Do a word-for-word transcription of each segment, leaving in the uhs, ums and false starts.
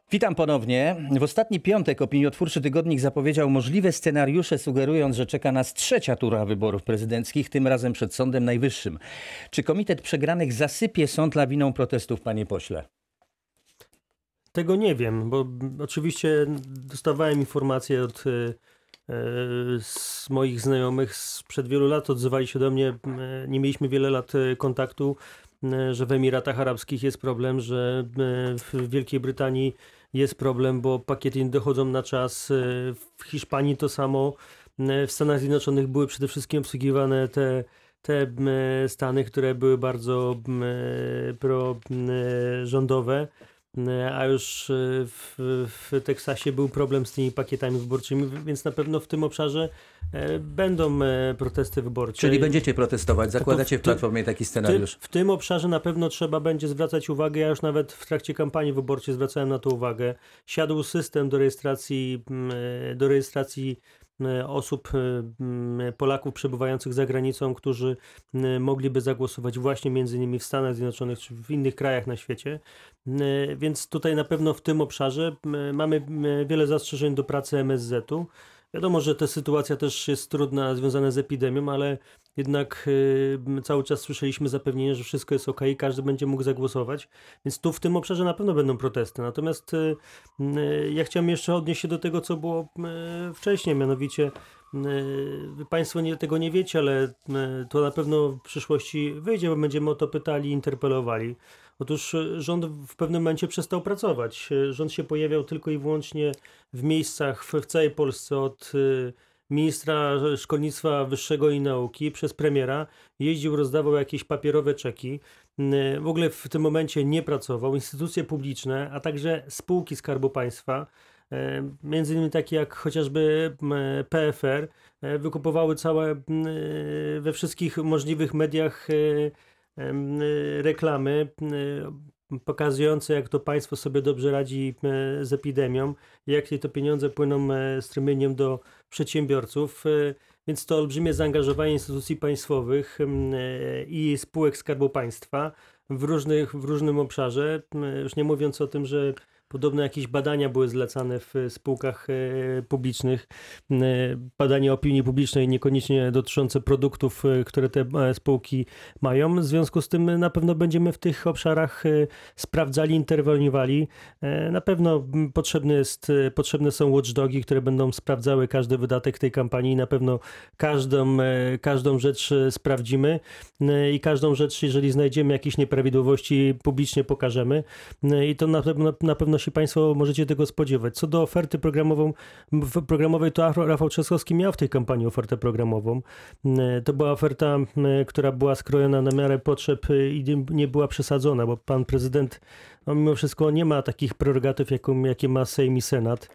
Witam ponownie. W ostatni piątek opiniotwórczy tygodnik zapowiedział możliwe scenariusze, sugerując, że czeka nas trzecia tura wyborów prezydenckich, tym razem przed Sądem Najwyższym. Czy Komitet Przegranych zasypie sąd lawiną protestów, panie pośle? Tego nie wiem, bo oczywiście dostawałem informacje od e, z moich znajomych sprzed wielu lat, odzywali się do mnie, nie mieliśmy wiele lat kontaktu, że w Emiratach Arabskich jest problem, że w Wielkiej Brytanii jest problem, bo pakiety nie dochodzą na czas. W Hiszpanii to samo. W Stanach Zjednoczonych były przede wszystkim obsługiwane te, te stany, które były bardzo prorządowe. A już w, w Teksasie był problem z tymi pakietami wyborczymi, więc na pewno w tym obszarze będą protesty wyborcze. Czyli będziecie protestować, zakładacie w Platformie taki scenariusz? W, w tym obszarze na pewno trzeba będzie zwracać uwagę, ja już nawet w trakcie kampanii wyborczej zwracałem na to uwagę. Siadł system do rejestracji, do rejestracji osób, Polaków przebywających za granicą, którzy mogliby zagłosować właśnie między innymi w Stanach Zjednoczonych czy w innych krajach na świecie. Więc tutaj na pewno w tym obszarze mamy wiele zastrzeżeń do pracy M S Z-u. Wiadomo, że ta sytuacja też jest trudna, związana z epidemią, ale jednak y, cały czas słyszeliśmy zapewnienie, że wszystko jest ok, każdy będzie mógł zagłosować, więc tu w tym obszarze na pewno będą protesty. Natomiast y, y, ja chciałem jeszcze odnieść się do tego, co było y, wcześniej, mianowicie Wy Państwo nie, tego nie wiecie, ale to na pewno w przyszłości wyjdzie, bo będziemy o to pytali, interpelowali. Otóż rząd w pewnym momencie przestał pracować. Rząd się pojawiał tylko i wyłącznie w miejscach w, w całej Polsce, od ministra szkolnictwa wyższego i nauki przez premiera. Jeździł, rozdawał jakieś papierowe czeki. W ogóle w tym momencie nie pracował. Instytucje publiczne, a także spółki Skarbu Państwa, między innymi takie jak chociażby P F R, wykupowały całe we wszystkich możliwych mediach reklamy pokazujące, jak to państwo sobie dobrze radzi z epidemią, jakie to pieniądze płyną strumieniem do przedsiębiorców. Więc to olbrzymie zaangażowanie instytucji państwowych i spółek Skarbu Państwa w, różnych, w różnym obszarze. Już nie mówiąc o tym, że podobno jakieś badania były zlecane w spółkach e, publicznych, e, badania opinii publicznej niekoniecznie dotyczące produktów, e, które te e, spółki mają. W związku z tym na pewno będziemy w tych obszarach e, sprawdzali, interweniowali. E, na pewno potrzebny jest, e, potrzebne są watchdogi, które będą sprawdzały każdy wydatek tej kampanii. Na pewno każdą, e, każdą rzecz e, sprawdzimy e, i każdą rzecz, jeżeli znajdziemy jakieś nieprawidłowości, publicznie pokażemy. E, I to na pewno, na pewno się Państwo możecie tego spodziewać. Co do oferty programową, programowej, to Rafał Trzaskowski miał w tej kampanii ofertę programową. To była oferta, która była skrojona na miarę potrzeb i nie była przesadzona, bo pan prezydent no, mimo wszystko nie ma takich prerogatyw, jaką, jakie ma Sejm i Senat.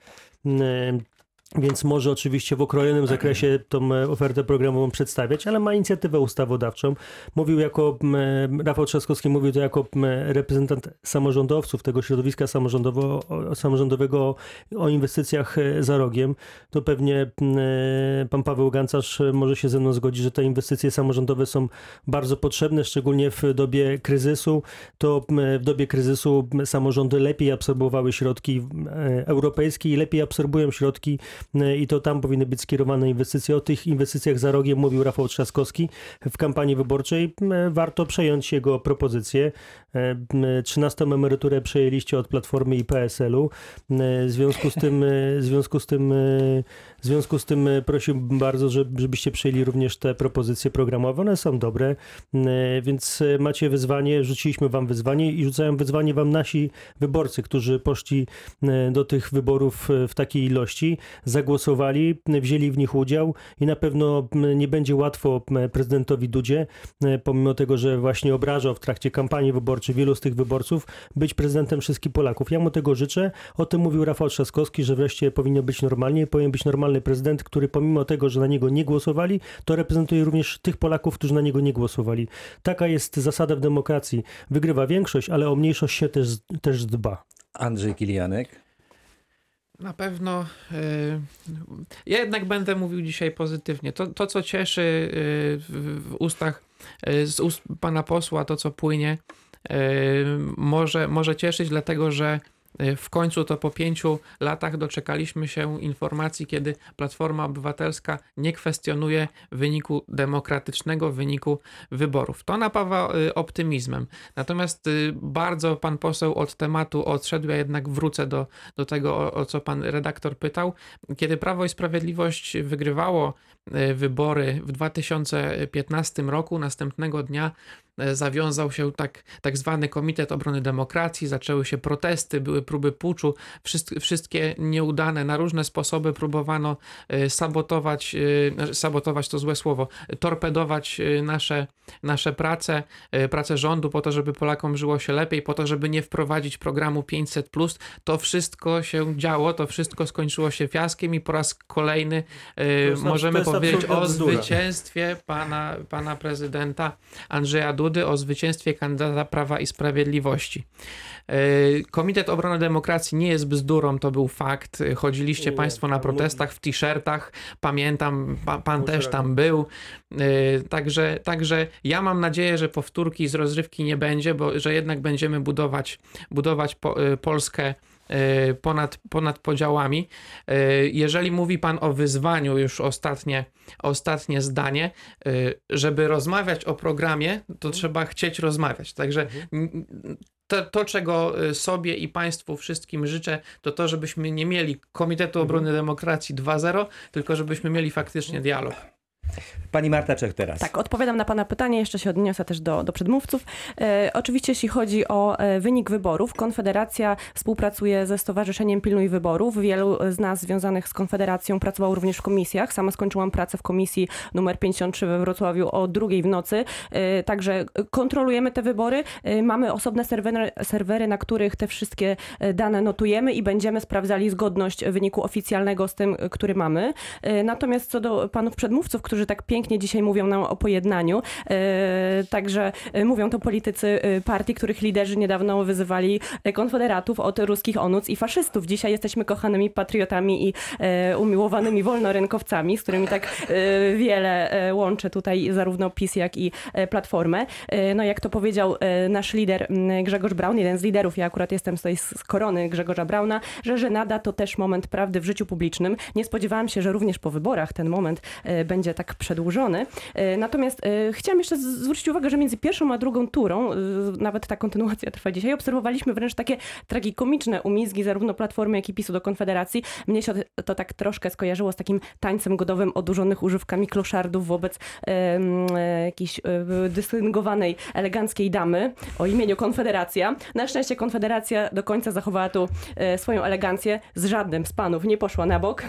Więc może oczywiście w okrojonym zakresie tą ofertę programową przedstawiać, ale ma inicjatywę ustawodawczą. Mówił jako, Rafał Trzaskowski mówił to jako reprezentant samorządowców, tego środowiska samorządowo, samorządowego o inwestycjach za rogiem. To pewnie pan Paweł Gancarz może się ze mną zgodzić, że te inwestycje samorządowe są bardzo potrzebne, szczególnie w dobie kryzysu. To w dobie kryzysu samorządy lepiej absorbowały środki europejskie i lepiej absorbują środki i to tam powinny być skierowane inwestycje. O tych inwestycjach za rogiem mówił Rafał Trzaskowski w kampanii wyborczej. Warto przejąć jego propozycję. trzynastą emeryturę przejęliście od Platformy i P S L-u. W związku z tym, w związku z tym, w związku z tym prosiłbym bardzo, żebyście przyjęli również te propozycje programowe. One są dobre, więc macie wyzwanie, rzuciliśmy wam wyzwanie i rzucają wyzwanie wam nasi wyborcy, którzy poszli do tych wyborów w takiej ilości, zagłosowali, wzięli w nich udział i na pewno nie będzie łatwo prezydentowi Dudzie, pomimo tego, że właśnie obrażał w trakcie kampanii wyborczej wielu z tych wyborców, być prezydentem wszystkich Polaków. Ja mu tego życzę. O tym mówił Rafał Trzaskowski, że wreszcie powinno być normalnie, powinien być normalny prezydent, który pomimo tego, że na niego nie głosowali, to reprezentuje również tych Polaków, którzy na niego nie głosowali. Taka jest zasada w demokracji. Wygrywa większość, ale o mniejszość się też, też dba. Andrzej Kilianek. Na pewno y, ja jednak będę mówił dzisiaj pozytywnie. To, to co cieszy y, w, w ustach y, z ust pana posła, to co płynie, y, może, może cieszyć, dlatego że w końcu to po pięciu latach doczekaliśmy się informacji, kiedy Platforma Obywatelska nie kwestionuje wyniku demokratycznego, wyniku wyborów. To napawa optymizmem. Natomiast bardzo pan poseł od tematu odszedł, ja jednak wrócę do, do tego, o, o co pan redaktor pytał. Kiedy Prawo i Sprawiedliwość wygrywało wybory w dwa tysiące piętnastym roku, następnego dnia zawiązał się tak, tak zwany Komitet Obrony Demokracji, zaczęły się protesty, były próby puczu, wszystkie, wszystkie nieudane, na różne sposoby próbowano sabotować, sabotować to złe słowo, torpedować nasze, nasze prace, prace rządu po to, żeby Polakom żyło się lepiej, po to, żeby nie wprowadzić programu pięćset plus. To wszystko się działo, to wszystko skończyło się fiaskiem i po raz kolejny jest, możemy powiedzieć o bzdura. zwycięstwie pana, pana prezydenta Andrzeja Dudy, o zwycięstwie kandydata Prawa i Sprawiedliwości. Komitet Obrony Demokracji nie jest bzdurą, to był fakt. Chodziliście Nie, państwo na pan protestach w t-shirtach, pamiętam, pa, pan Muszę też tam był. Także, także ja mam nadzieję, że powtórki z rozrywki nie będzie, bo że jednak będziemy budować, budować po, Polskę ponad, ponad podziałami. Jeżeli mówi pan o wyzwaniu, już ostatnie, ostatnie zdanie, żeby rozmawiać o programie, to trzeba chcieć rozmawiać. Także to, to, czego sobie i państwu wszystkim życzę, to to, żebyśmy nie mieli Komitetu Obrony Demokracji dwa zero, tylko żebyśmy mieli faktycznie dialog. Pani Marta Czech teraz. Tak, odpowiadam na pana pytanie, jeszcze się odniosę też do, do przedmówców. E, oczywiście jeśli chodzi o e, wynik wyborów, Konfederacja współpracuje ze Stowarzyszeniem Pilnuj Wyborów. Wielu z nas związanych z Konfederacją pracowało również w komisjach. Sama skończyłam pracę w komisji numer pięćdziesiąt trzy we Wrocławiu o drugiej w nocy. E, także kontrolujemy te wybory. E, mamy osobne serwery, serwery, na których te wszystkie dane notujemy i będziemy sprawdzali zgodność wyniku oficjalnego z tym, który mamy. E, natomiast co do panów przedmówców, którzy tak pięknie dzisiaj mówią nam o pojednaniu. E, także mówią to politycy partii, których liderzy niedawno wyzywali konfederatów od ruskich onuc i faszystów. Dzisiaj jesteśmy kochanymi patriotami i e, umiłowanymi wolnorynkowcami, z którymi tak e, wiele e, łączy tutaj zarówno PiS, jak i e, Platformę. E, no jak to powiedział e, nasz lider m, Grzegorz Braun, jeden z liderów, ja akurat jestem tutaj z, z korony Grzegorza Brauna, że żenada to też moment prawdy w życiu publicznym. Nie spodziewałam się, że również po wyborach ten moment e, będzie tak przedłużony. Natomiast chciałam jeszcze zwrócić uwagę, że między pierwszą a drugą turą, nawet ta kontynuacja trwa dzisiaj, obserwowaliśmy wręcz takie tragikomiczne umizgi zarówno Platformy, jak i PiSu do Konfederacji. Mnie się to tak troszkę skojarzyło z takim tańcem godowym odurzonych używkami kloszardów wobec um, jakiejś um, dystyngowanej, eleganckiej damy o imieniu Konfederacja. Na szczęście Konfederacja do końca zachowała tu e, swoją elegancję. Z żadnym z panów nie poszła na bok.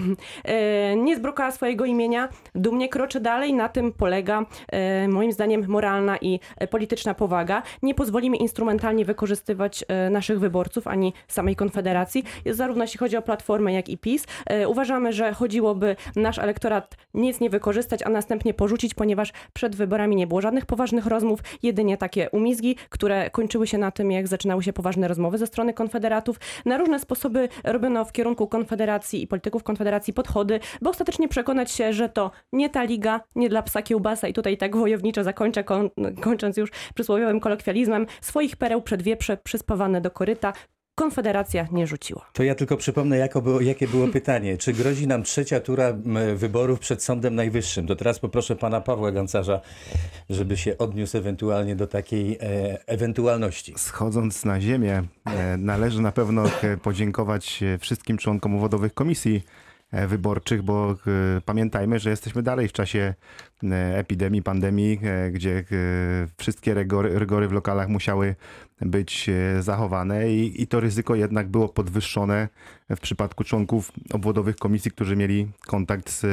E, nie zbrukała swojego imienia. Dumnie kroczy dalej. Na tym polega e, moim zdaniem moralna i polityczna powaga. Nie pozwolimy instrumentalnie wykorzystywać e, naszych wyborców ani samej Konfederacji. Zarówno jeśli chodzi o Platformę, jak i PiS. E, uważamy, że chodziłoby nasz elektorat nic nie wykorzystać, a następnie porzucić, ponieważ przed wyborami nie było żadnych poważnych rozmów, jedynie takie umizgi, które kończyły się na tym, jak zaczynały się poważne rozmowy ze strony konfederatów. Na różne sposoby robiono w kierunku Konfederacji i polityków Konfederacji podchody, by ostatecznie przekonać się, że to nie ta liga, nie dla psa kiełbasa i tutaj tak wojowniczo zakończę, koń, kończąc już przysłowiowym kolokwializmem, swoich pereł przed wieprze przyspawane do koryta Konfederacja nie rzuciła. To ja tylko przypomnę, jako było, jakie było pytanie. Czy grozi nam trzecia tura wyborów przed Sądem Najwyższym? To teraz poproszę pana Pawła Gancarza, żeby się odniósł ewentualnie do takiej e, ewentualności. Schodząc na ziemię, e, należy na pewno e, podziękować wszystkim członkom uwodowych komisji wyborczych, bo e, pamiętajmy, że jesteśmy dalej w czasie e, epidemii, pandemii, e, gdzie e, wszystkie rygory, rygory w lokalach musiały być e, zachowane i, i to ryzyko jednak było podwyższone w przypadku członków obwodowych komisji, którzy mieli kontakt z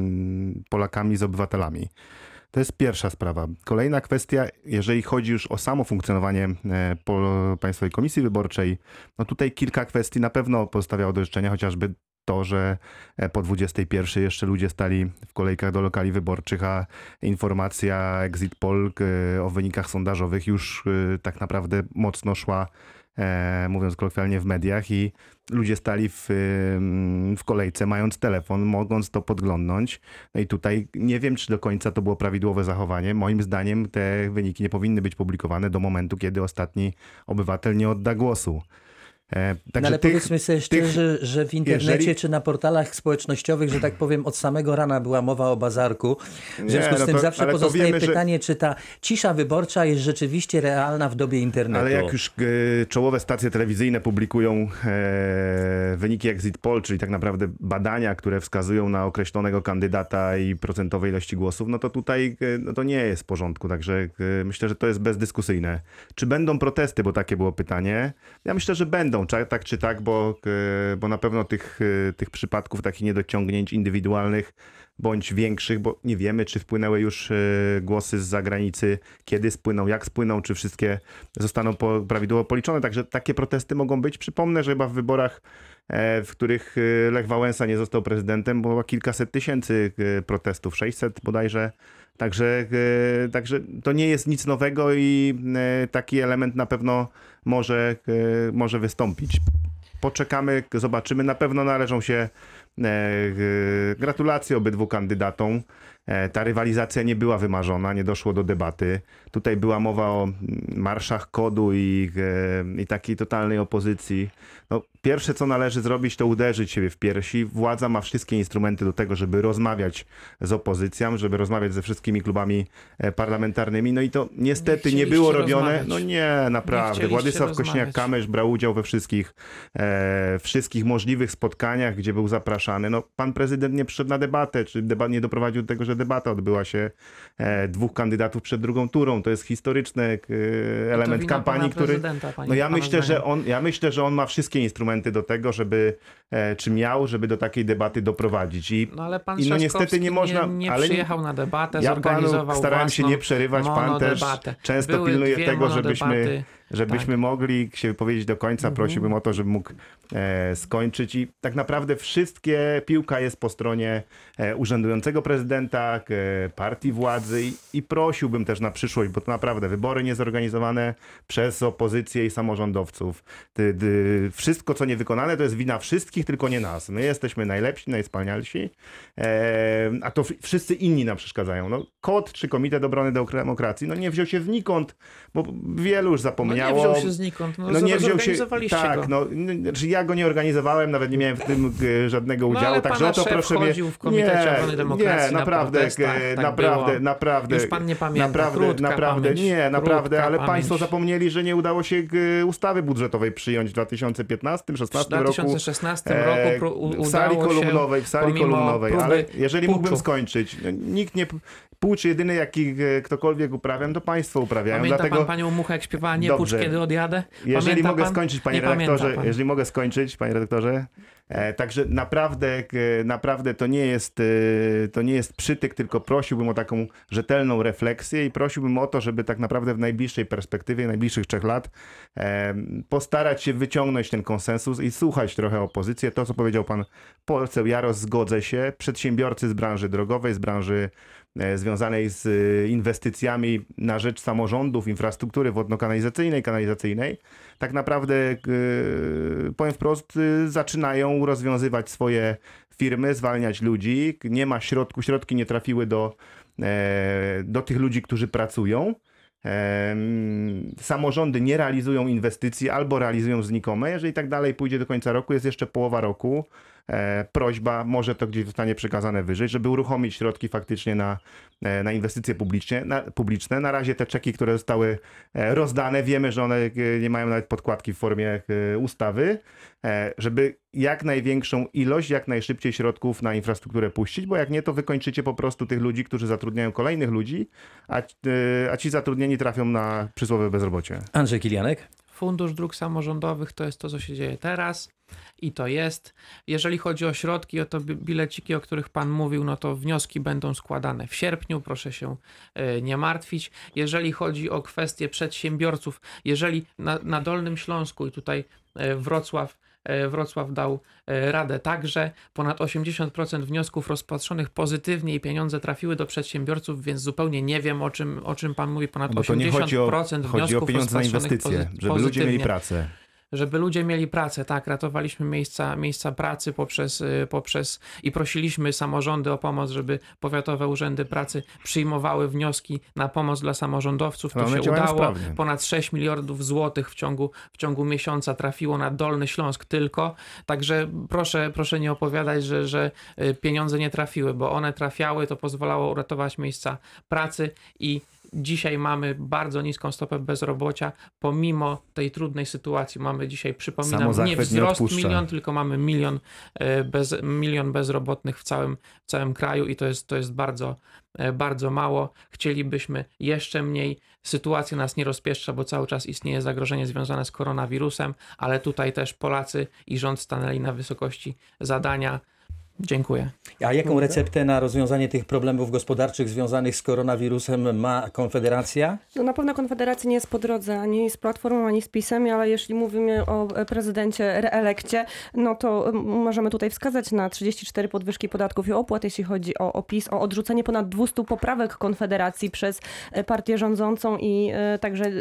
m, Polakami, z obywatelami. To jest pierwsza sprawa. Kolejna kwestia, jeżeli chodzi już o samo funkcjonowanie Państwowej Komisji Wyborczej, no tutaj kilka kwestii na pewno pozostawiało do życzenia, chociażby to, że po dwudziestej pierwszej jeszcze ludzie stali w kolejkach do lokali wyborczych, a informacja Exit Poll o wynikach sondażowych już tak naprawdę mocno szła, mówiąc kolokwialnie, w mediach i ludzie stali w, w kolejce, mając telefon, mogąc to podglądnąć. No i tutaj nie wiem, czy do końca to było prawidłowe zachowanie. Moim zdaniem te wyniki nie powinny być publikowane do momentu, kiedy ostatni obywatel nie odda głosu. E, No Także ale tych, powiedzmy sobie szczerze, że w internecie jeżeli- czy na portalach społecznościowych, że tak powiem, od samego rana była mowa o bazarku. W związku Nie, z no tym to- zawsze ale to pozostaje wiemy, że- pytanie, czy ta cisza wyborcza jest rzeczywiście realna w dobie internetu. Ale jak już e, czołowe stacje telewizyjne publikują e, wyniki exit poll, czyli tak naprawdę badania, które wskazują na określonego kandydata i procentowe ilości głosów, no to tutaj e, no to nie jest w porządku. Także e, myślę, że to jest bezdyskusyjne. Czy będą protesty, bo takie było pytanie. Ja myślę, że będą, cza- tak czy tak, bo, e, bo na pewno tych, e, tych przypadków takich niedociągnięć indywidualnych bądź większych, bo nie wiemy, czy wpłynęły już e, głosy z zagranicy, kiedy spłyną, jak spłyną, czy wszystkie zostaną po, prawidłowo policzone. Także takie protesty mogą być. Przypomnę, że chyba w wyborach, e, w których e, Lech Wałęsa nie został prezydentem, było kilkaset tysięcy e, protestów, sześćset bodajże. Także, e, także to nie jest nic nowego i e, taki element na pewno może, e, może wystąpić. Poczekamy, zobaczymy. Na pewno należą się e, e, gratulacje obydwu kandydatom. E, Ta rywalizacja nie była wymarzona, nie doszło do debaty. Tutaj była mowa o marszach kodu i, e, i takiej totalnej opozycji. No, pierwsze, co należy zrobić, to uderzyć siebie w piersi. Władza ma wszystkie instrumenty do tego, żeby rozmawiać z opozycją, żeby rozmawiać ze wszystkimi klubami e, parlamentarnymi. No i to niestety Nie nie było chcieliście robione. rozmawiać. No nie, naprawdę. chcieliście Władysław rozmawiać. Kośniak-Kamysz brał udział we wszystkich, e, wszystkich możliwych spotkaniach, gdzie był zapraszany. No, pan prezydent nie przyszedł na debatę, czy deba- nie doprowadził do tego, że debata odbyła się e, dwóch kandydatów przed drugą turą. To jest historyczny e, element wina kampanii, pana który... prezydenta, panie- No ja pana myślę, że zdaniem. on, ja myślę, że on ma wszystkie instrumenty do tego, żeby, e, czy miał, żeby do takiej debaty doprowadzić. I No ale pan I no niestety Trzaskowski nie można- nie, nie ale nie- przyjechał na debatę, ja panu zorganizował starałem się własną nie przerywać, pan też monodebatę. często Były pilnuje dwie tego, żebyśmy, monodebaty. żebyśmy mogli się wypowiedzieć do końca. Mhm. Prosiłbym o to, żeby mógł e, skończyć i tak naprawdę wszystkie, piłka jest po stronie e, urzędującego prezydenta, e, partii władzy i, i prosiłbym też na przyszłość, bo to naprawdę wybory niezorganizowane przez opozycję i samorządowców. Ty, ty, wszystko, co niewykonane, to jest wina wszystkich, tylko nie nas. My jesteśmy najlepsi, najwspanialsi, e, a to w- wszyscy inni nam przeszkadzają. No, KOT czy Komitet Obrony Demokracji, no nie wziął się znikąd, bo wielu już No zapomniało. nie wziął się znikąd, no, No nie wziął się. zorganizowaliście Tak, go. no, n- znaczy ja go nie organizowałem, nawet nie miałem w tym e, żadnego No, udziału, ale także pana o to szef proszę mnie. chodził w Komitecie Obrony Demokracji nie, na naprawdę, protestach, e, tak naprawdę, było. naprawdę. Już pan nie pamięta, Naprawdę, krótka naprawdę, pamięć, nie, naprawdę, krótka ale pamięć. państwo zapomnieli, że nie udało się e, ustawy budżetowej przyjąć w dwa tysiące piętnastym W szesnastym dwa roku. tysiące szesnastym e, roku pró- u- w sali udało się, kolumnowej, w sali pomimo kolumnowej, próby ale jeżeli puczu. mógłbym skończyć, no, nikt nie, pucz jedyny jaki e, ktokolwiek uprawiam, to państwo uprawiają, Pamięta dlatego pan panią Muchę, jak śpiewała Nie Dobrze. pucz, kiedy odjadę? jeżeli Pamięta mogę pan? skończyć, panie Nie pamięta redaktorze, pan. jeżeli mogę skończyć, panie redaktorze. E, także naprawdę, e, naprawdę to nie jest, e, to nie jest przytyk, tylko prosiłbym o taką rzetelną refleksję i prosiłbym o to, żeby tak naprawdę w najbliższej perspektywie, najbliższych trzech lat e, postarać się wyciągnąć ten konsensus i słuchać trochę opozycję. To, co powiedział pan poseł Jaros, zgodzę się. Przedsiębiorcy z branży drogowej, z branży e, związanej z e, inwestycjami na rzecz samorządów, infrastruktury wodno-kanalizacyjnej, kanalizacyjnej, tak naprawdę, e, powiem wprost, e, zaczynają rozwiązywać swoje firmy, zwalniać ludzi. Nie ma środków, środki nie trafiły do, e, do tych ludzi, którzy pracują. Em, Samorządy nie realizują inwestycji albo realizują znikome. Jeżeli tak dalej pójdzie do końca roku, jest jeszcze połowa roku. E, prośba, może to gdzieś zostanie przekazane wyżej, żeby uruchomić środki faktycznie na, e, na inwestycje publicznie, na, publiczne. Na razie te czeki, które zostały e, rozdane, wiemy, że one e, nie mają nawet podkładki w formie e, ustawy, e, żeby jak największą ilość, jak najszybciej środków na infrastrukturę puścić, bo jak nie, to wykończycie po prostu tych ludzi, którzy zatrudniają kolejnych ludzi, a, e, a ci zatrudnieni trafią na przysłowie bezrobocie. Andrzej Kilianek? Fundusz Dróg Samorządowych to jest to, co się dzieje teraz i to jest. Jeżeli chodzi o środki, o to bi- bileciki, o których pan mówił, no to wnioski będą składane w sierpniu, proszę się e, nie martwić. Jeżeli chodzi o kwestie przedsiębiorców, jeżeli na, na Dolnym Śląsku i tutaj e, Wrocław e, Wrocław dał e, radę także. Ponad osiemdziesiąt procent wniosków rozpatrzonych pozytywnie i pieniądze trafiły do przedsiębiorców, więc zupełnie nie wiem, o czym, o czym pan mówi. Ponad Bo to nie osiemdziesiąt chodzi o, procent chodzi o wniosków pieniądze na rozpatrzonych inwestycje, pozy- żeby ludzie mieli pozytywnie. pracę. żeby ludzie mieli pracę, tak, ratowaliśmy miejsca, miejsca pracy poprzez, poprzez i prosiliśmy samorządy o pomoc, żeby powiatowe urzędy pracy przyjmowały wnioski na pomoc dla samorządowców. To One się działają udało. sprawnie. Ponad sześć miliardów złotych w ciągu, w ciągu miesiąca trafiło na Dolny Śląsk tylko. Także proszę, proszę nie opowiadać, że, że pieniądze nie trafiły, bo one trafiały, to pozwalało uratować miejsca pracy i dzisiaj mamy bardzo niską stopę bezrobocia, pomimo tej trudnej sytuacji. Mamy dzisiaj, przypominam, nie Samozachwyt nie wzrost odpuszcza. milion, tylko mamy milion, e, bez, milion bezrobotnych w całym, w całym kraju i to jest, to jest bardzo, e, bardzo mało. Chcielibyśmy jeszcze mniej. Sytuacja nas nie rozpieszcza, bo cały czas istnieje zagrożenie związane z koronawirusem, ale tutaj też Polacy i rząd stanęli na wysokości zadania. Dziękuję. A jaką receptę na rozwiązanie tych problemów gospodarczych związanych z koronawirusem ma Konfederacja? No na pewno Konfederacja nie jest po drodze ani z Platformą, ani z PiS-em, ale jeśli mówimy o prezydencie reelekcie, no to możemy tutaj wskazać na trzydzieści cztery podwyżki podatków i opłat, jeśli chodzi o, o PiS, o odrzucenie ponad dwieście poprawek Konfederacji przez partię rządzącą i e, także e,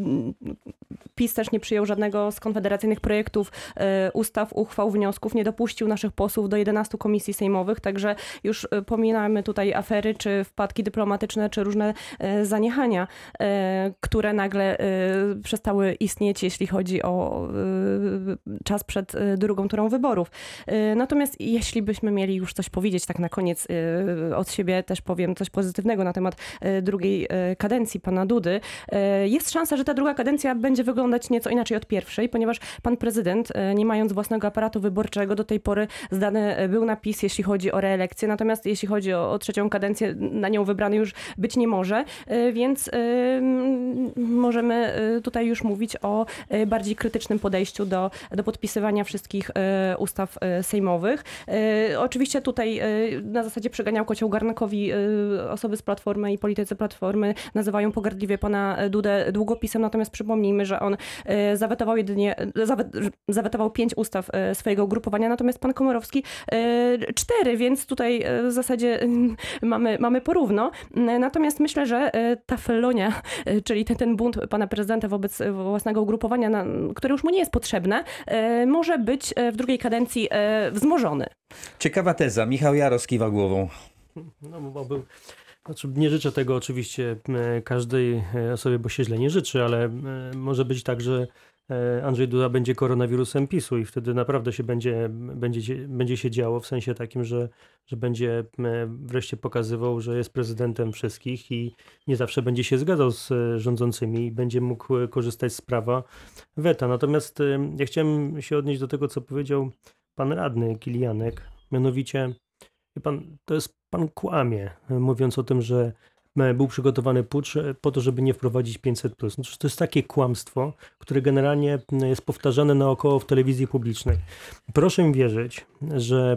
PiS też nie przyjął żadnego z konfederacyjnych projektów e, ustaw, uchwał, wniosków, nie dopuścił naszych posłów do jedenastu komisji sejmowych, także już e, pominamy tutaj afery, czy wpadki dyplomatyczne, czy różne e, zaniechania, e, które nagle e, przestały istnieć, jeśli chodzi o e, czas przed e, drugą turą wyborów. E, natomiast jeśli byśmy mieli już coś powiedzieć, tak na koniec e, od siebie też powiem coś pozytywnego na temat e, drugiej e, kadencji pana Dudy. E, jest szansa, że ta druga kadencja będzie wyglądać nieco inaczej od pierwszej, ponieważ pan prezydent, e, nie mając własnego aparatu wyborczego, do tej pory zdany był na PiS, jeśli chodzi o reelekcję, natomiast jeśli chodzi o, o trzecią kadencję, na nią wybrany już być nie może, e, więc e, możemy e, tutaj już mówić o e, bardziej krytycznym podejściu do, do podpisywania wszystkich e, ustaw e, sejmowych. E, oczywiście tutaj e, na zasadzie przeganiał kocioł garnkowi e, osoby z Platformy i politycy Platformy nazywają pogardliwie pana Dudę długopisem, natomiast przypomnijmy, że on e, zawetował jedynie, zawet, zawetował pięć ustaw e, swojego ugrupowania, natomiast pan Komorowski e, cztery, więc tutaj e, w zasadzie e, mamy, mamy porówno. E, natomiast myślę, że e, ta felonia, e, czyli ten, ten bunt pana prezydenta wobec własnego ugrupowania, na, które już mu nie jest potrzebne, e, może być e, w drugiej kadencji e, wzmożony. Ciekawa teza. Michał Jaros kiwa głową. No, byłbym, znaczy nie życzę tego oczywiście e, każdej osobie, bo się źle nie życzy, ale e, może być tak, że e, Andrzej Duda będzie koronawirusem PiSu i wtedy naprawdę się będzie, będzie, będzie się działo w sensie takim, że, że będzie e, wreszcie pokazywał, że jest prezydentem wszystkich i nie zawsze będzie się zgadzał z e, rządzącymi i będzie mógł e, korzystać z prawa weta. Natomiast e, ja chciałem się odnieść do tego, co powiedział pan radny Kilianek, mianowicie wie pan, to jest pan kłamie, mówiąc o tym, że był przygotowany pucz po to, żeby nie wprowadzić pięćset plus. No, to jest takie kłamstwo, które generalnie jest powtarzane naokoło w telewizji publicznej. Proszę mi wierzyć, że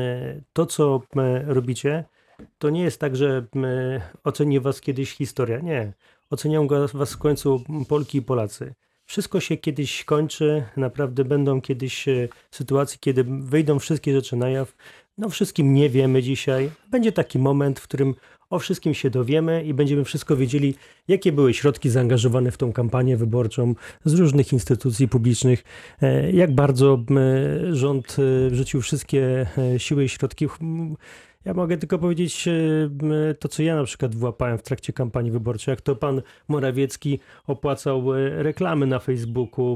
to, co robicie, to nie jest tak, że oceni was kiedyś historia. Nie. Ocenią was w końcu Polki i Polacy. Wszystko się kiedyś kończy, naprawdę będą kiedyś sytuacje, kiedy wyjdą wszystkie rzeczy na jaw. No wszystkim nie wiemy dzisiaj. Będzie taki moment, w którym o wszystkim się dowiemy i będziemy wszystko wiedzieli, jakie były środki zaangażowane w tą kampanię wyborczą z różnych instytucji publicznych, jak bardzo rząd wrzucił wszystkie siły i środki. Ja mogę tylko powiedzieć to, co ja na przykład włapałem w trakcie kampanii wyborczej, jak to pan Morawiecki opłacał reklamy na Facebooku,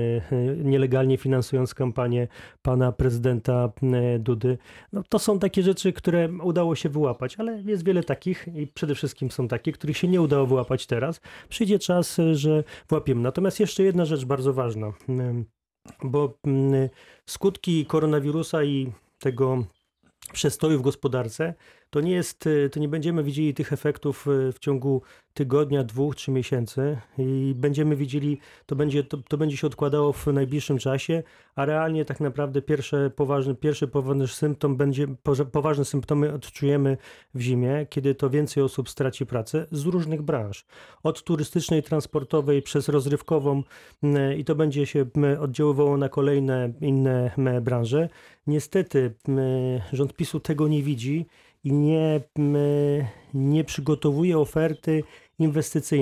nielegalnie finansując kampanię pana prezydenta Dudy. No, to są takie rzeczy, które udało się wyłapać, ale jest wiele takich i przede wszystkim są takie, których się nie udało wyłapać teraz. Przyjdzie czas, że wyłapiemy. Natomiast jeszcze jedna rzecz bardzo ważna, bo skutki koronawirusa i tego przestoju w gospodarce, to nie jest, to nie będziemy widzieli tych efektów w ciągu tygodnia, dwóch, trzy miesięcy i będziemy widzieli, to będzie, to, to będzie się odkładało w najbliższym czasie, a realnie tak naprawdę pierwsze poważny, pierwszy poważny symptom będzie, poważne symptomy odczujemy w zimie, kiedy to więcej osób straci pracę z różnych branż. Od turystycznej, transportowej, przez rozrywkową i to będzie się oddziaływało na kolejne inne branże. Niestety rząd PiSu tego nie widzi i nie, nie przygotowuje oferty inwestycyjnej.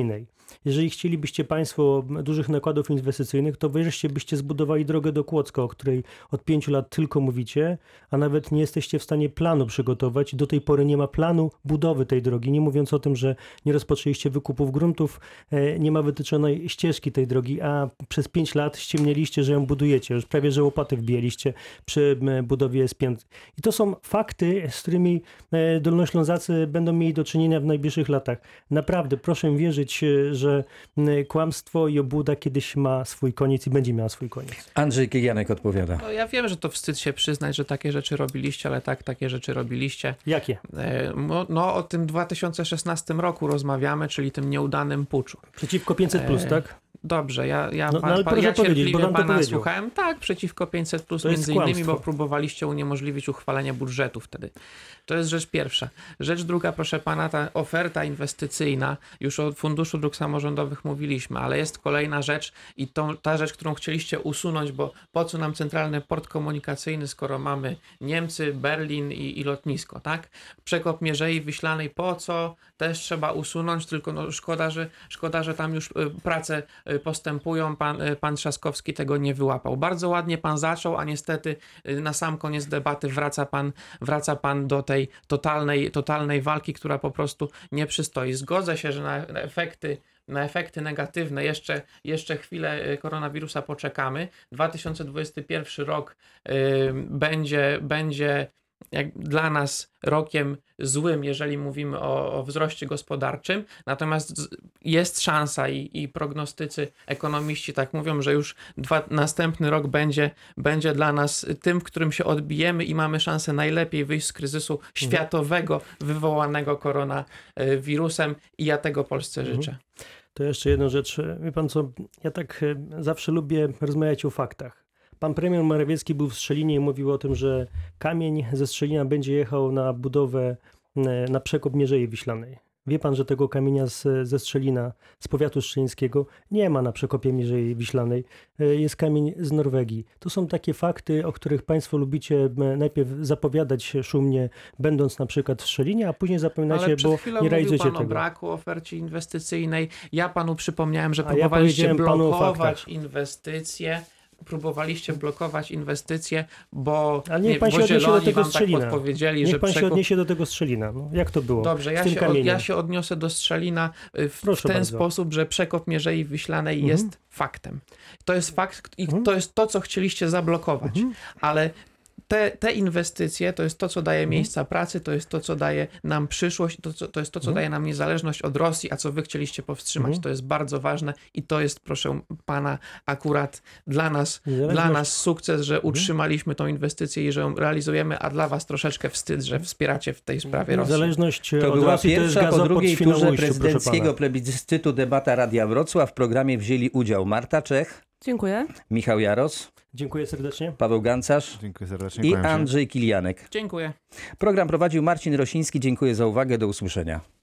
Jeżeli chcielibyście Państwo dużych nakładów inwestycyjnych, to wreszcie byście zbudowali drogę do Kłodzka, o której od pięciu lat tylko mówicie, a nawet nie jesteście w stanie planu przygotować. Do tej pory nie ma planu budowy tej drogi, nie mówiąc o tym, że nie rozpoczęliście wykupów gruntów, nie ma wytyczonej ścieżki tej drogi, a przez pięć lat ściemnieliście, że ją budujecie. Już prawie, że łopaty wbijaliście przy budowie S pięć. I to są fakty, z którymi Dolnoślązacy będą mieli do czynienia w najbliższych latach. Naprawdę, proszę wierzyć, że kłamstwo i obłuda kiedyś ma swój koniec i będzie miała swój koniec. Andrzej Kilianek odpowiada. No, ja wiem, że to wstyd się przyznać, że takie rzeczy robiliście, ale tak, takie rzeczy robiliście. Jakie? E, No, no o tym dwa tysiące szesnastym roku rozmawiamy, czyli tym nieudanym puczu. Przeciwko pięćset plus, E, tak? Dobrze, ja, ja, No, pan, no, ale pan, proszę ja powiedzieć, bo cierpliwie wam to pana powiedział. słuchałem. Tak, przeciwko pięćset plus To jest między innymi, kłamstwo. bo próbowaliście uniemożliwić uchwalenie budżetu wtedy. To jest rzecz pierwsza. Rzecz druga, proszę pana, ta oferta inwestycyjna, już o Funduszu Dróg Samorządowych mówiliśmy, ale jest kolejna rzecz i to, ta rzecz, którą chcieliście usunąć, bo po co nam centralny port komunikacyjny, skoro mamy Niemcy, Berlin i, i lotnisko, tak? Przekop Mierzei Wiślanej, po co? Też trzeba usunąć, tylko no szkoda, że, szkoda, że tam już y, prace y, postępują. Pan, y, pan Trzaskowski tego nie wyłapał. Bardzo ładnie pan zaczął, a niestety y, na sam koniec debaty wraca pan, wraca pan do tej totalnej, totalnej walki, która po prostu nie przystoi. Zgodzę się, że na, na efekty na efekty negatywne jeszcze, jeszcze chwilę y, koronawirusa poczekamy. dwa tysiące dwudziesty pierwszy rok y, będzie, będzie jak dla nas rokiem złym, jeżeli mówimy o, o wzroście gospodarczym. Natomiast z- jest szansa i, i prognostycy, ekonomiści tak mówią, że już dwa, następny rok będzie, będzie dla nas tym, w którym się odbijemy i mamy szansę najlepiej wyjść z kryzysu światowego wywołanego koronawirusem i ja tego Polsce Mhm. życzę. To jeszcze jedna rzecz. Wie pan co, ja tak e, zawsze lubię rozmawiać o faktach. Pan premier Morawiecki był w Strzelinie i mówił o tym, że kamień ze Strzelina będzie jechał na budowę, e, na przekop Mierzei Wiślanej. Wie pan, że tego kamienia z, ze Strzelina, z powiatu strzelińskiego nie ma na przekopie Mierzei Wiślanej. E, Jest kamień z Norwegii. To są takie fakty, o których państwo lubicie e, najpierw zapowiadać szumnie, będąc na przykład w Strzelinie, a później zapominacie, Ale przed bo chwilą nie mówił realizujecie pan o tego. braku ofercie inwestycyjnej. Ja panu przypomniałem, że A ja próbowaliście powiedziałem panu o blokować faktach. inwestycje. Próbowaliście blokować inwestycje, bo, Ale niech nie, pan bo się odniesie do zieloni tego wam tak Strzelina. podpowiedzieli, Niech że pan się przekop... odniesie do tego Strzelina. No, jak to było? Dobrze, z ja tym się, od, kamieniem? ja się odniosę do Strzelina y, w, w ten Proszę bardzo. sposób, że przekop Mierzei Wiślanej Mhm. jest faktem. To jest fakt i Mhm. to jest to, co chcieliście zablokować. Mhm. Ale te, te inwestycje to jest to, co daje Mhm. miejsca pracy, to jest to, co daje nam przyszłość, to, co, to jest to, co Mhm. daje nam niezależność od Rosji, a co wy chcieliście powstrzymać. Mhm. To jest bardzo ważne i to jest, proszę pana, akurat dla nas, Niezależność- dla nas sukces, że Mhm. utrzymaliśmy tą inwestycję i że ją realizujemy, a dla was troszeczkę wstyd, że wspieracie w tej sprawie Rosję. Zależność To od była Rosji to jest pierwsza po gazoport drugiej w turze Świnoujściu, proszę prezydenckiego pana. plebiscytu debata Radia Wrocław. W programie wzięli udział Marta Czech, Dziękuję. Michał Jaros, Dziękuję serdecznie. Paweł Gancarz Dziękuję serdecznie. i kłaniam się. Andrzej Kilianek. Dziękuję. Program prowadził Marcin Rosiński. Dziękuję za uwagę. Do usłyszenia.